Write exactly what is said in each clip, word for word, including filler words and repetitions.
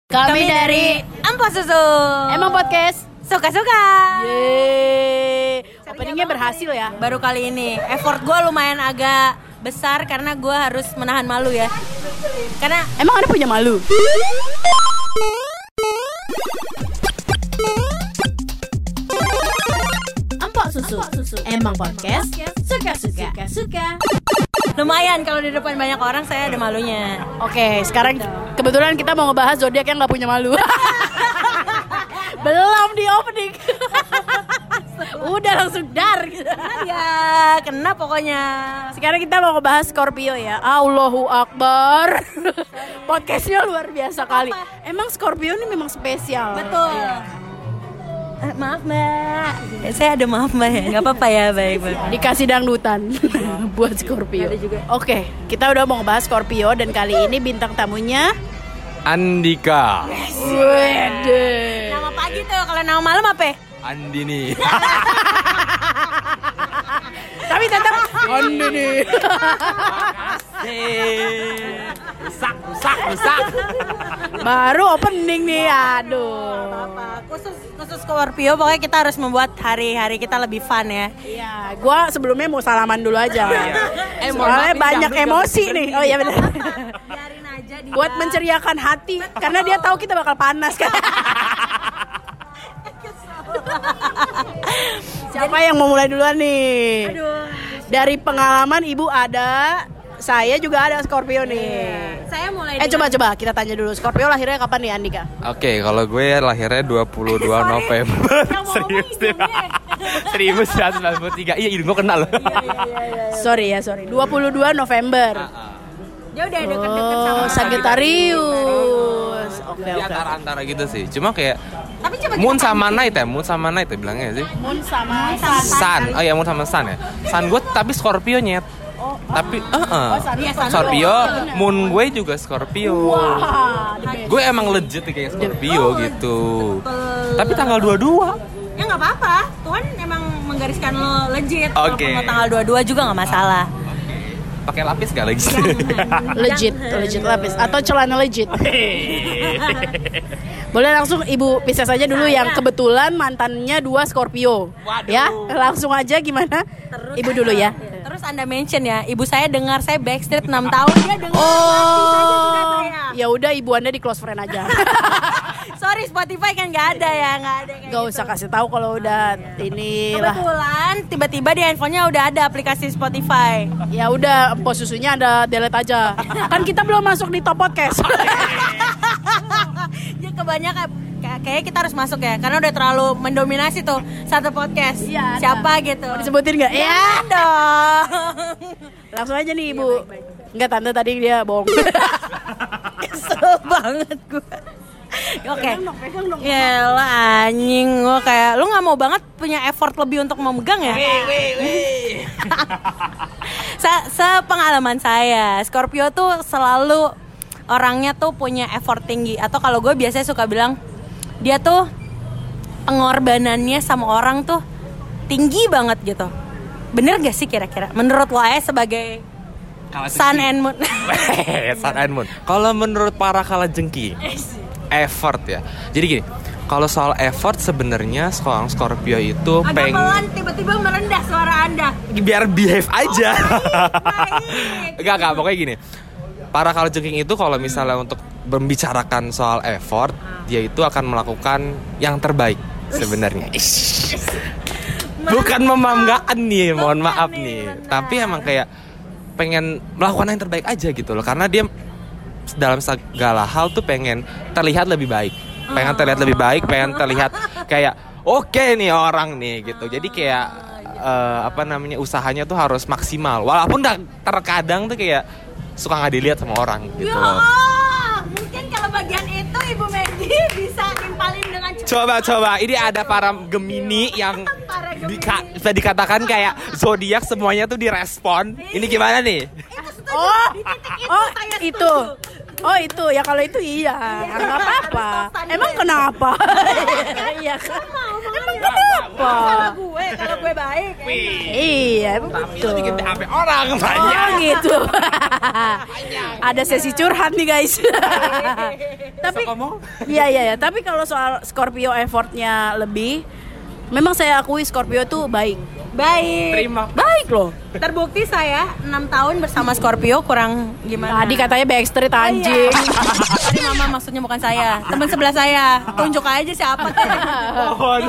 Kami, Kami dari Empok Susu. Emang podcast suka-suka. Yeay. Openingnya berhasil ya. Baru kali ini. Effort gue lumayan agak besar karena gue harus menahan malu ya. Karena emang Anda punya malu? Empok Susu. Susu. Emang podcast suka-suka. Suka-suka. Lumayan kalau di depan banyak orang saya ada malunya. Oke, sekarang kebetulan kita mau ngebahas zodiak yang nggak punya malu. Belum di opening. Udah langsung dar gitu. Ya, kena pokoknya. Sekarang kita mau ngebahas Scorpio ya. Allahu Akbar. Podcastnya luar biasa kali. Emang Scorpio ini memang spesial. Betul. Ya. Eh, maaf mbak, saya ada maaf mbak ya, nggak apa-apa ya, baik baik. Dikasih dangdutan buat Scorpio. Oke, kita udah mau ngebahas Scorpio dan kali ini bintang tamunya Andika. Yes. Wede. Nama pagi tuh, kalau nama malam apa? Andini. Tapi tetap Andini. Rusak, rusak, rusak. Baru opening nih, aduh. Apa-apa. Khusus khusus Scorpio, pokoknya kita harus membuat hari-hari kita lebih fun ya. Iya, gue sebelumnya mau salaman dulu aja. eh, Soalnya banyak emosi nih. Oh iya benar. Biarin aja dia. Buat menceriakan hati, karena dia tahu kita bakal panas kan. Siapa yang mau mulai duluan nih? Aduh. Dari pengalaman ibu ada, saya juga ada Scorpio nih. Saya mulai. Eh dengan... coba-coba kita tanya dulu, Scorpio lahirnya kapan nih Andika? Oke, kalau gue lahirnya dua puluh dua eh, November seribu sembilan ratus sembilan puluh tiga. Iya, gue kenal loh. Iya, iya, iya, iya. Sorry ya, sorry. dua puluh dua November. Dia udah deket-deket sama Sagittarius. Oke, okay, oke. Antara-antara gitu sih. Cuma kayak tapi coba Moon sama Night ya, Moon sama Night ya bilangnya sih. Moon sama Sun. Oh iya, Moon sama Sun ya. Sun gue tapi Scorpio nyet. Oh, tapi uh uh oh, iya, Scorpio, Moon gue juga Scorpio. Wah, gue emang legit kayak Scorpio oh, gitu. Betul. Tapi tanggal dua puluh dua. Ya nggak apa-apa. Tuhan emang menggariskan lo legit. Oke. Okay. Tanggal dua puluh dua juga nggak masalah. Pakai lapis gak lagi? Legit, legit lapis atau celana legit. Boleh langsung Ibu Pisces aja dulu. Saya. Yang kebetulan mantannya dua Scorpio. Waduh. Ya, langsung aja gimana? Terus, Ibu dulu ya. Terus Anda mention ya, ibu saya dengar saya Backstreet enam tahun, dia dengar. Oh, ya udah ibu Anda di close friend aja. Sorry, Spotify kan nggak ada ya, nggak ada. Gak gitu. Usah kasih tahu kalau udah ya. Ini lah. Kebetulan tiba-tiba di handphonenya udah ada aplikasi Spotify. Ya udah, Empok Susunya Anda delete aja. Kan kita belum masuk di top podcast. Ya kebanyakan kayaknya kita harus masuk ya, karena udah terlalu mendominasi tuh satu podcast. Ya, siapa gitu? Mau disebutin nggak? Ya, ya dong. Langsung aja nih Ibu. Ya, Enggak, tante tadi dia bohong. Kesel banget gue. Oke. Ya lah anjing, gue kayak lu nggak mau banget punya effort lebih untuk memegang ya? Wih, wih, wih. Se- sepengalaman saya, Scorpio tuh selalu orangnya tuh punya effort tinggi. Atau kalau gue biasanya suka bilang dia tuh pengorbanannya sama orang tuh tinggi banget gitu. Bener gak sih kira-kira? Menurut lo ya sebagai Sun and Moon. Sun and Moon. Kalau menurut para kalajengki, effort ya. Jadi gini, kalau soal effort sebenarnya seorang Scorpio itu agak peng... pelan, tiba-tiba merendah suara Anda. Biar behave aja. Baik. Enggak, enggak, pokoknya gini. Para kalajengking itu kalau misalnya untuk membicarakan soal effort, dia itu akan melakukan yang terbaik sebenarnya. Bukan membanggakan nih, mohon maaf nih. Tapi emang kayak pengen melakukan yang terbaik aja gitu loh. Karena dia dalam segala hal tuh pengen terlihat lebih baik. Pengen terlihat lebih baik, pengen terlihat kayak oke okay nih orang nih gitu. Jadi kayak uh, apa namanya, usahanya tuh harus maksimal. Walaupun terkadang tuh kayak suka nggak dilihat sama orang gitu. Ya, mungkin kalau bagian itu Ibu Medi bisa nimpalin dengan cepat. Coba-coba, ini ada para Gemini yang Gemini. Dika, bisa dikatakan kayak zodiak semuanya tuh direspon. Ini gimana nih? Oh, di titik itu oh saya itu. Oh itu ya, kalau itu iya, nggak apa-apa. Emang Emang kenapa? Iya kan? Emang kenapa? Salah gue kalau gue baik. Iya, emang Tapi itu betul. bikin H P orang Oh banyak. gitu. Ada sesi curhat nih guys. Tapi Bisa ngomong? iya iya ya. Tapi kalau soal Scorpio effortnya lebih, memang saya akui Scorpio tuh baik. Baik. Terima. Baik loh. Terbukti saya enam tahun bersama Scorpio kurang gimana? Tadi katanya Backstreet anjing. Tadi mama maksudnya bukan saya, teman sebelah saya. Tunjuk aja siapa tuh. Pohon.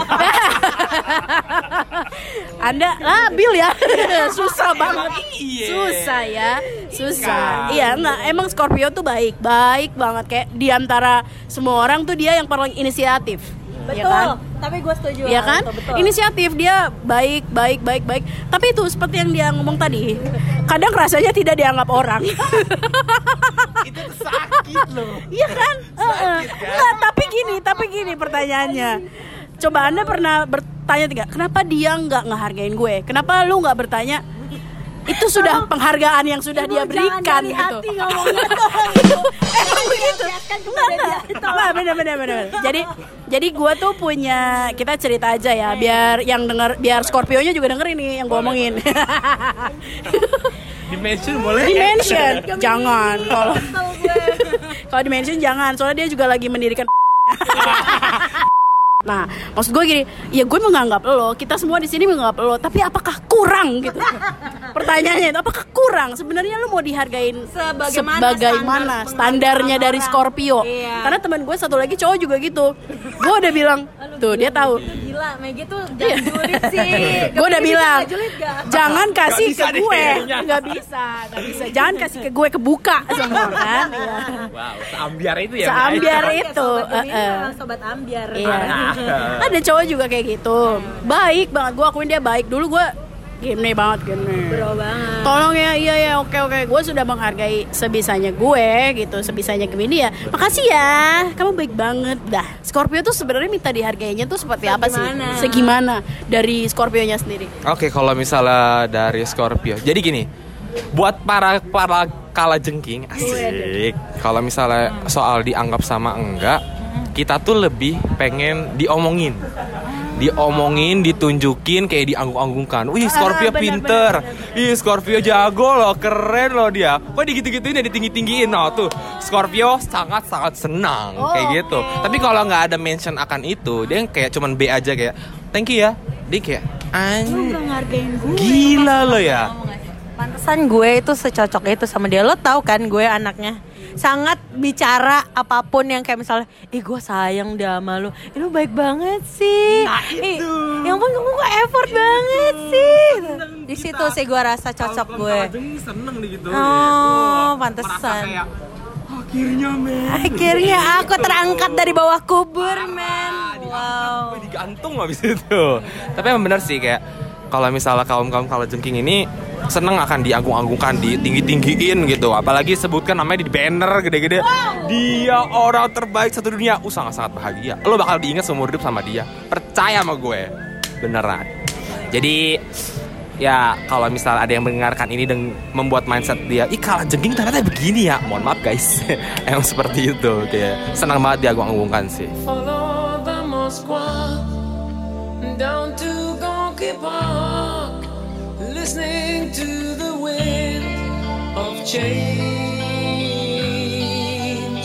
Anda labil ya. Susah banget. Iya. Susah ya. Susah. Iya enggak, emang Scorpio tuh baik, baik banget kayak di antara semua orang tuh dia yang paling inisiatif. Betul. Iya kan? Tapi gue setuju. Iya kan? Betul, betul. Inisiatif dia baik, baik, baik, baik. Tapi itu seperti yang dia ngomong tadi, kadang rasanya tidak dianggap orang. Itu tuh sakit loh. Iya kan? Sakit kan? Enggak, tapi gini, tapi gini pertanyaannya. Coba Anda pernah bertanya tidak, kenapa dia nggak ngehargain gue? Kenapa lu nggak bertanya? Itu sudah penghargaan yang sudah dia berikan gitu. Hati ngomongnya tuh. Emang begitu? Enggak, enggak. Enggak, bener, bener, bener. Jadi, jadi gue tuh punya, kita cerita aja ya, biar yang denger, biar Scorpio-nya juga denger ini yang gue omongin. Dimension boleh? Dimension, jangan. Kalau kalau dimension jangan, soalnya dia juga lagi mendirikan. Nah, maksud gue gini, ya gue menganggap lo, kita semua di sini menganggap lo, tapi apakah kurang gitu? Pertanyaannya itu, apakah kurang? Sebenarnya lo mau dihargain Sebagaimana sebagaimana standar standarnya dari orang. Scorpio? Iya. Karena teman gue satu lagi cowok juga gitu. Gue udah bilang, tuh dia tahu. Gila, Maggie tuh jangan julid sih. Gue udah bilang, Julid gak? jangan kasih bisa ke deh gue, kayaknya. nggak bisa, nggak bisa. Jangan kasih ke gue kebuka semua kan. Iya. Wow, seambiar itu ya. Seambiar Oke, itu. sobat Gemini eh, eh. memang sobat ambiar. Iya. Ada cowok juga kayak gitu. Baik banget, gue akuin dia baik. Dulu gue gini banget gini. Bro banget. Tolong ya, iya ya, oke oke. Gue sudah menghargai sebisanya gue gitu, sebisanya Gemini ya. Makasih ya, kamu baik banget. Dah, Scorpio tuh sebenarnya minta dihargainya tuh seperti apa sih? Segimana? Segimana dari Scorpio-nya sendiri? Oke, kalau misalnya dari Scorpio. Jadi gini, buat para para kala jengking, asik. Kalau misalnya soal dianggap sama enggak, kita tuh lebih pengen diomongin. Diomongin, ditunjukin, kayak dianggung-anggungkan. Wih, Scorpio Ah, benar, pinter. benar, Ih, Scorpio jago loh, keren loh dia. Kok digitu-gituin ya, ditinggi-tinggiin. Nah, tuh Scorpio sangat-sangat senang Oh, kayak gitu. oke. Tapi kalau nggak ada mention akan itu, dia kayak cuman B aja kayak, thank you ya. Dia kayak, anjing, ngargain gue. gila lo ya. Pantesan gue itu secocok itu sama dia. Lo tahu kan gue anaknya sangat bicara apapun yang kayak misalnya, ih gue sayang deh sama lo, ih lo baik banget sih, Nah, ih, itu. yang pun kamu kok effort banget sih. Di situ sih gue rasa cocok gue. Seneng gitu. Oh, pantesan. Akhirnya men. Akhirnya aku terangkat dari bawah kubur, men. Wow. Gue digantung habis itu. Tapi emang bener sih kayak kalau misalnya kaum-kaum kala jengking ini seneng akan diagung-agungkan, ditinggi-tinggiin gitu. Apalagi sebutkan namanya di banner gede-gede. Dia orang terbaik satu dunia. Uh, sangat-sangat bahagia. Lo bakal diingat seumur hidup sama dia. Percaya sama gue. Beneran. Jadi ya kalau misalnya ada yang mendengarkan ini dan membuat mindset dia, ih kala jengking ternyata begini ya. Mohon maaf guys. Emang seperti itu. Kayak senang banget diagung-agungkan sih. Follow the Moskwa down to Gonky Park, listening to the wind of change.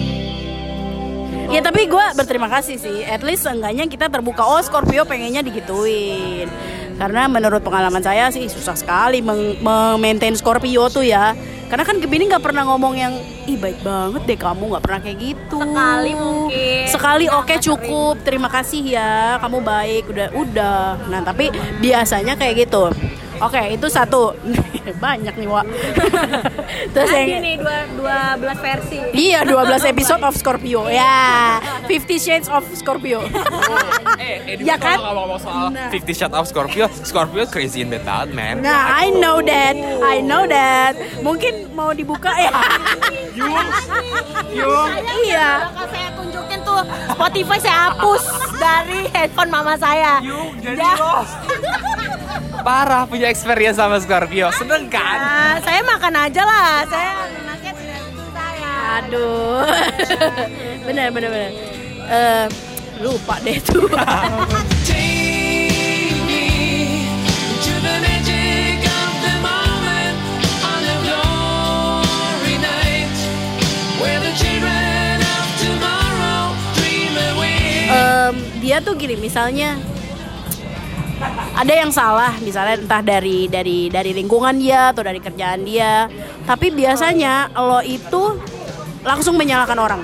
Ya tapi gue berterima kasih sih. At least seenggaknya kita terbuka. Oh, Scorpio pengennya digituin. Karena menurut pengalaman saya sih susah sekali meng- memaintain Scorpio tuh ya. Karena kan Gemini nggak pernah ngomong yang ih baik banget deh kamu, nggak pernah kayak gitu. Sekali mungkin. Sekali oke cukup. Terima kasih ya, kamu baik. Udah udah. Nah tapi biasanya kayak gitu. Oke itu satu. Banyak nih Wak. Terus Ada yang nih dua, dua belas versi. iya dua belas episode of Scorpio ya. Fifty Shades of Scorpio. Eh, Ya kan? Kalau ngomong soal Fifty Shades of Scorpio, Scorpio crazy in bed banget, man. Nah, I know that, I know that. Mungkin mau dibuka ya? Yung, yung. Iya. Bakal saya tunjukin tuh Spotify saya hapus dari handphone mama saya. Yung, jadi Ya. lo. Parah punya experience sama Scorpio, seneng kan? Nah, saya makan aja lah. Saya lunasnya tidak itu saya. Aduh. Benar, benar, benar. eh, lupa deh tuh. Take me to the magic of the moment on a glory night where the children of tomorrow dream away. Em, dia tuh gini, misalnya ada yang salah, misalnya entah dari dari dari lingkungan dia atau dari kerjaan dia, tapi biasanya lo itu langsung menyalahkan orang.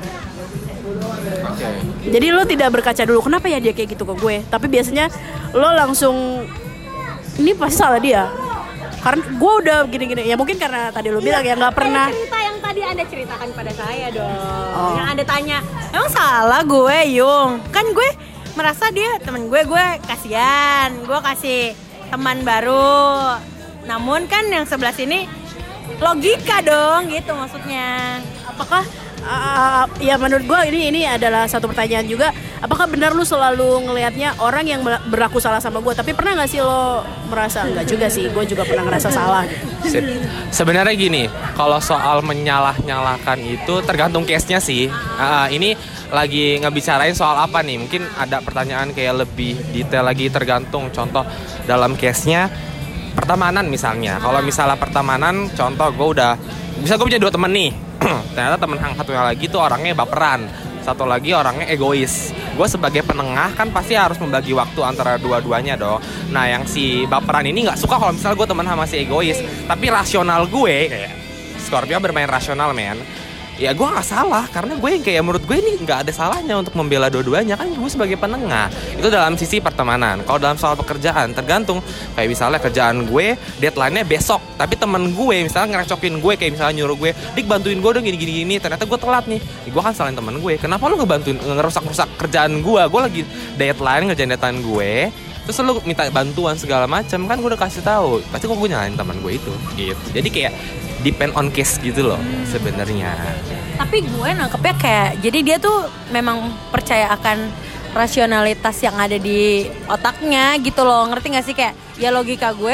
Jadi lo tidak berkaca dulu kenapa ya dia kayak gitu ke gue, tapi biasanya lo langsung ini pasti salah dia. Karena gue udah gini-gini, ya mungkin karena tadi lo bilang ya nggak pernah. Cerita yang tadi Anda ceritakan pada saya dong. Oh. Yang Anda tanya, emang salah gue, Yung? Kan gue merasa dia teman gue, gue kasihan, gue kasih teman baru. Namun kan yang sebelah sini logika dong, gitu maksudnya. Apakah uh, ya menurut gue ini ini adalah satu pertanyaan juga. Apakah benar lu selalu ngelihatnya orang yang berlaku salah sama gue? Tapi pernah nggak sih lo merasa enggak juga sih? Gue juga pernah ngerasa salah. Gitu. Sip. Sebenarnya gini, kalau soal menyalah-nyalahkan itu tergantung case-nya sih. Uh, ini lagi ngebicarain soal apa nih? Mungkin ada pertanyaan kayak lebih detail lagi, tergantung. Contoh dalam case-nya pertemanan misalnya. Kalau misalnya pertemanan, contoh gue udah bisa gue punya dua temen nih. Ternyata temen yang satunya lagi tuh orangnya baperan, satu lagi orangnya egois. Gue sebagai penengah kan pasti harus membagi waktu antara dua-duanya dong. Nah yang si baperan ini nggak suka kalau misalnya gue teman sama si egois, tapi rasional gue kayak Scorpio bermain rasional men. Ya gue nggak salah karena gue yang kayak menurut gue ini nggak ada salahnya untuk membela dua-duanya, kan gue sebagai penengah. Itu dalam sisi pertemanan. Kalau dalam soal pekerjaan tergantung, kayak misalnya kerjaan gue deadline-nya besok, tapi temen gue misalnya ngerecokin gue, kayak misalnya nyuruh gue, Dik bantuin gue dong gini-gini gini, ternyata gue telat nih. Ya, gue kan salahin temen gue, kenapa lu ngebantuin ngerusak-rusak kerjaan gue? Gue lagi deadline ngerjain deadline gue, terus lu minta bantuan segala macam, kan gue udah kasih tahu, pasti kok gue nyalain teman gue itu gitu. Jadi kayak depend on case gitu loh sebenarnya. Tapi gue nangkepnya kayak, jadi dia tuh memang percaya akan rasionalitas yang ada di otaknya gitu loh. Ngerti gak sih, kayak ya logika gue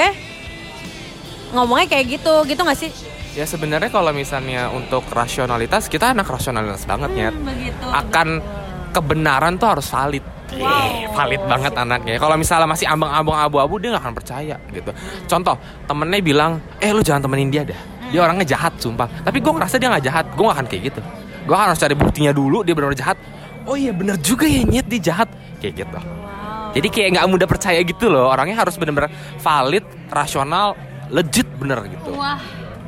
ngomongnya kayak gitu, gitu gak sih? Ya sebenarnya kalau misalnya untuk rasionalitas, kita anak rasionalitas banget ya. Hmm, begitu. Akan kebenaran tuh harus valid. Wow. Eh, valid banget anaknya. Kalau misalnya masih ambang-ambang abu-abu, dia nggak akan percaya gitu. Contoh, temennya bilang, eh lu jangan temenin dia dah. Dia orangnya jahat, sumpah. Tapi gue ngerasa dia nggak jahat. Gue nggak akan kayak gitu. Gue harus cari buktinya dulu dia benar-benar jahat. Oh iya benar juga ya nyet dia jahat, kayak gitu. Wow. Jadi kayak nggak mudah percaya gitu loh. Orangnya harus benar-benar valid, rasional, legit bener gitu. Wah.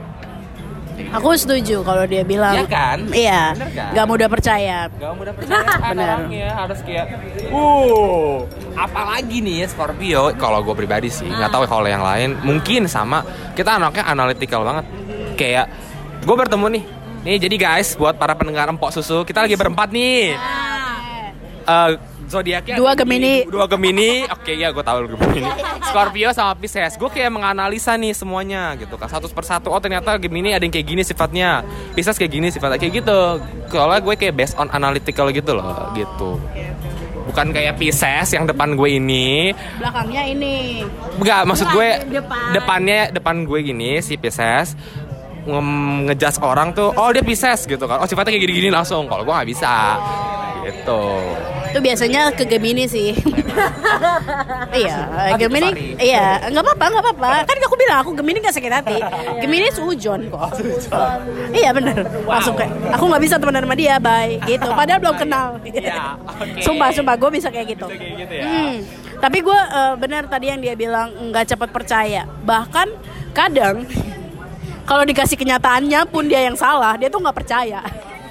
Aku setuju kalau dia bilang. Iya kan? Iya. Bener kan? Gak mudah percaya. Gak mudah percaya kan Bener. orangnya. Harus kayak uh apalagi nih ya Scorpio. Kalau gue pribadi sih nggak tahu kalau yang lain. Mungkin sama. Kita anaknya analytical banget. Kayak gue bertemu nih. Nih jadi guys, buat para pendengar empok susu, kita lagi berempat nih. Uh, zodiaknya Dua Gemini. Dua Gemini. Oke ya gue tahu Gemini. Scorpio sama Pisces. Gue kayak menganalisa nih semuanya gitu kan, satu persatu. Oh ternyata Gemini ada yang kayak gini sifatnya, Pisces kayak gini sifatnya, kayak gitu. Kalau gue kayak based on analytical gitu loh gitu. Bukan kayak Pisces yang depan gue ini, Belakangnya ini. enggak, maksud gue Depan. depannya depan gue gini si Pisces nge- ngejudge orang tuh, oh dia Pisces gitu kan, oh sifatnya kayak gini-gini langsung. Kalau gue nggak bisa gitu. Itu biasanya ke Gemini sih. Iya, Ah, gitu, Gemini. sorry. Iya, nggak apa-apa, nggak apa-apa. Kan aku bilang aku Gemini nggak sakit hati. Gemini sujon kok. Iya bener. Langsung kayak aku nggak bisa temenan sama dia, bye. Gitu. Padahal belum kenal. Iya, oke. Sumpah, sumpah gue bisa kayak gitu. Bisa kayak gitu ya. Hmm. Tapi gue uh, benar tadi yang dia bilang nggak cepat percaya. Bahkan kadang kalau dikasih kenyataannya pun dia yang salah, dia tuh nggak percaya.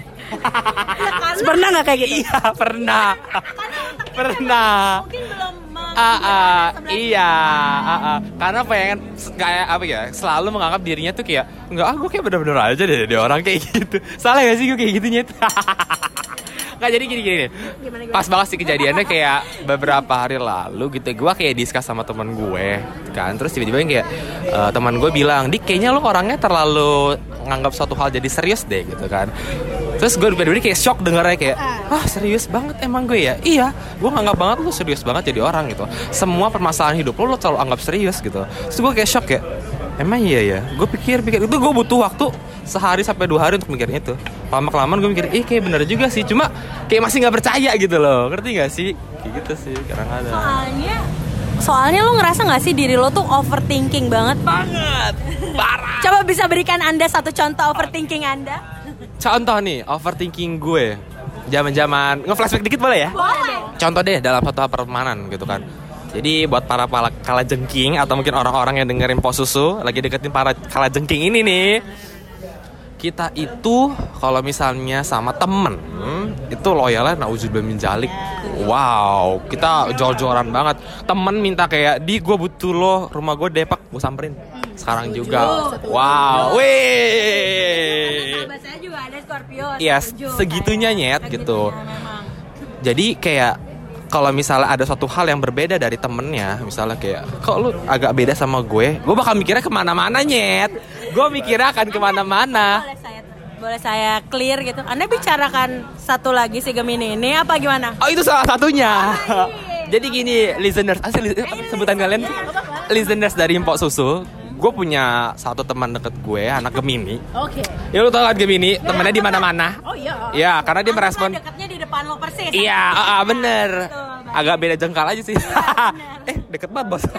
Pernah nggak kayak gitu? Iya pernah. Pernah. Mungkin belum Ah, ah, iya, ah, ah. Karena pengen kayak apa ya, selalu menganggap dirinya tuh kayak enggak, ah gue kayak bener-bener aja deh dia orang kayak gitu. Salah gak sih gue kayak gitu nyet? Nggak, jadi gini-gini nih. Pas banget sih kejadiannya kayak beberapa hari lalu gitu. Gue kayak discuss sama teman gue kan. Terus tiba-tiba kayak uh, teman gue bilang, Dik kayaknya lu orangnya terlalu nganggap suatu hal jadi serius deh gitu kan. Terus gue bener-bener kayak shock dengarnya kayak, ah serius banget emang gue ya? Iya, gue nganggap banget lu serius banget jadi orang gitu. Semua permasalahan hidup lu, lu selalu anggap serius gitu. Terus gue kayak shock ya, Emang iya ya. Gue pikir-pikir itu gue butuh waktu sehari sampai dua hari untuk mikirin itu. Lama kelamaan gue mikir, ih kayak bener juga sih. Cuma kayak masih nggak percaya gitu loh. Ngerti nggak sih? Kayak gitu sih. Kadang-kadang. Soalnya Soalnya lu ngerasa gak sih diri lo tuh overthinking banget? Banget. Parah. Coba bisa berikan Anda satu contoh overthinking Anda? Contoh nih, overthinking gue. Zaman-zaman nge-flashback dikit boleh ya? Boleh. Contoh deh dalam satu pertemanan gitu kan. Jadi buat para pala kalajengking atau mungkin orang-orang yang dengerin Pos Susu lagi deketin para kalajengking ini nih. Kita itu kalau misalnya sama temen itu loyalnya nauzubillah min dzalik. Wow, kita jor-joran banget. Temen minta kayak, di gue butuh lo, rumah gue Depak, gue samperin. Sekarang juga. Wow, weh. Sahabat saya juga ada Scorpio. Iya, segitunya nyet gitu. Jadi kayak kalau misalnya ada suatu hal yang berbeda dari temennya, misalnya kayak, kok lu agak beda sama gue, gue bakal mikirnya kemana-mana nyet. Gue mikirnya akan kemana-mana. Boleh saya, boleh saya clear gitu. Anda bicarakan satu lagi si Gemini ini apa gimana? Oh itu salah satunya. Jadi gini, listeners, asli sebutan kalian, listeners dari Empok Susu. Gue punya satu teman deket gue, anak Gemini. Oke. Ya lu tau kan Gemini, temennya di mana-mana. Oh iya. Ya, karena dia Aku merespon. mah deketnya di depan lo persis. Iya, ah, ah, bener. Betul, Agak beda jengkal aja sih. bener. Eh, deket banget bos.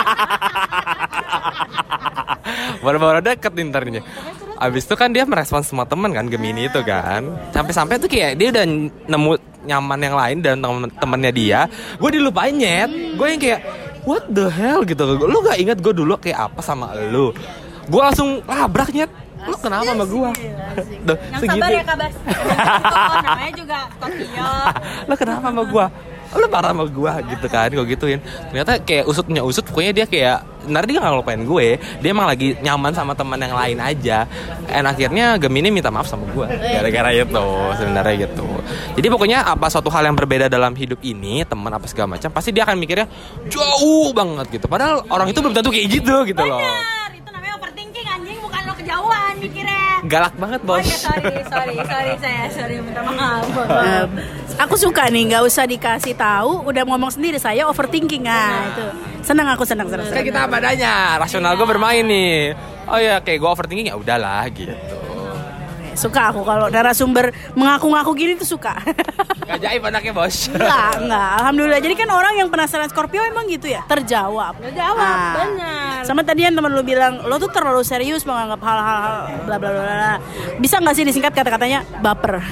Baru-baru deket nih ntarnya. Abis itu kan dia merespon semua temen kan, Gemini itu kan. Sampai-sampai tuh kayak dia udah nemu nyaman yang lain dan temen-temennya dia. Gue dilupain nyet. Gue yang kayak, what the hell gitu. Lu gak inget gue dulu kayak apa sama lu. Gue langsung labrak nyet. Lu kenapa sama gue? Duh, Yang sabar ya Kak Bas. Itu namanya juga Scorpio. Lu kenapa sama gue? Lu marah sama gue gitu kan, gue gituin. Ternyata kayak usutnya usut, pokoknya dia kayak ntar dia gak ngelupain gue. Dia emang lagi nyaman sama teman yang lain aja. Dan akhirnya Gemini minta maaf sama gue gara-gara itu sebenarnya gitu. Jadi pokoknya apa suatu hal yang berbeda dalam hidup ini, teman apa segala macam, pasti dia akan mikirnya jauh banget gitu. Padahal orang itu belum tentu kayak gitu gitu loh. Benar, itu namanya overthinking anjing, bukan lo kejauhan mikirnya. Galak banget bos. Oh ya sorry, sorry, sorry saya, sorry minta maaf. Um, aku suka nih, nggak usah dikasih tahu, udah ngomong sendiri saya overthinking ah itu. Senang aku senang senang. Kayak kita apa adanya, rasional gue bermain nih. Oh ya kayak gue overthinking ya udahlah gitu. Suka aku kalau narasumber mengaku-ngaku gini tuh suka. Gajaib anaknya bos. Enggak, enggak. Alhamdulillah. Jadi kan orang yang penasaran Scorpio emang gitu ya, terjawab. Terjawab, Nah, benar. Sama tadi yang teman lu bilang, lo tuh terlalu serius menganggap hal-hal bla bla bla bla. Bisa nggak sih disingkat kata-katanya baper?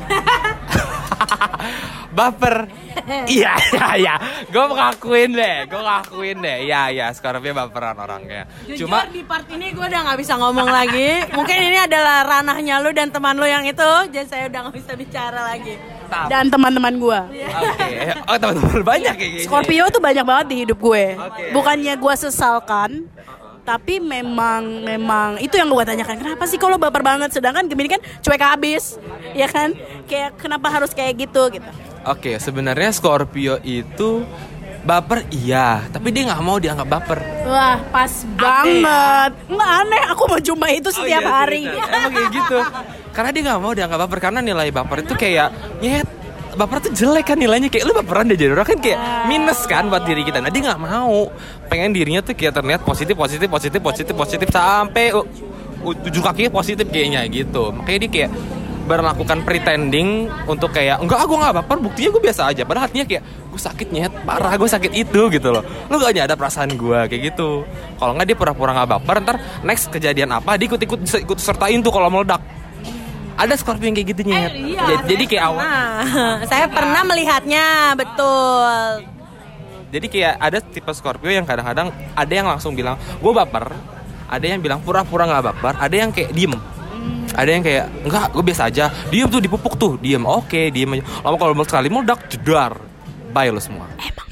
Baper. Iya, iya, iya. Gue ngakuin deh, gue ngakuin deh. Iya, iya, Scorpio baperan orangnya. Jujur Cuma di part ini gue udah gak bisa ngomong lagi. Mungkin ini adalah ranahnya lu dan teman lu yang itu. Jadi saya udah gak bisa bicara lagi. Dan teman-teman gue. oke. Oh, teman-teman banyak kayak gini. Scorpio tuh banyak banget di hidup gue. Oke. Bukannya gue sesalkan, tapi memang memang itu yang gue tanyakan. Kenapa sih kalau baper banget? Sedangkan Gemini kan cuek habis, ya kan? Kayak kenapa harus kayak gitu gitu? Oke, sebenarnya Scorpio itu baper iya, tapi dia nggak mau dianggap baper. Wah, pas banget. Nggak aneh, aku mau jumpa itu setiap Oh, iya, hari. cerita. Emang kayak gitu. Karena dia nggak mau dianggap baper karena nilai baper itu kayak nyet. Baper tuh jelek kan nilainya, kayak lu baperan deh jadi orang kan kayak minus kan buat diri kita. Nah dia nggak mau, pengen dirinya tuh kayak terlihat positif positif positif positif positif sampai uh, uh, tujuh kakinya positif kayaknya gitu. Makanya dia kayak berlakukan pretending untuk kayak enggak aku nggak baper, buktinya gue biasa aja. Padahal hatinya kayak gue sakit nyet, parah gue sakit itu gitu loh. Lu gak ada perasaan gue kayak gitu. Kalau nggak dia pura-pura nggak baper, ntar next kejadian apa dia ikut-ikut ikut sertain tuh kalau meledak. Ada Scorpio yang kayak gitu nyet. Eh, iya, jadi, jadi kayak awal. Nah, saya pernah melihatnya, betul. Jadi kayak ada tipe Scorpio yang kadang-kadang ada yang langsung bilang gue baper, ada yang bilang pura-pura nggak baper, ada yang kayak diem. Ada yang kayak enggak, gue biasa aja. Diem tuh dipupuk tuh, diem. Oke, diem aja. Lama kalau sekali meledak, jedar. Bye lo semua. Emang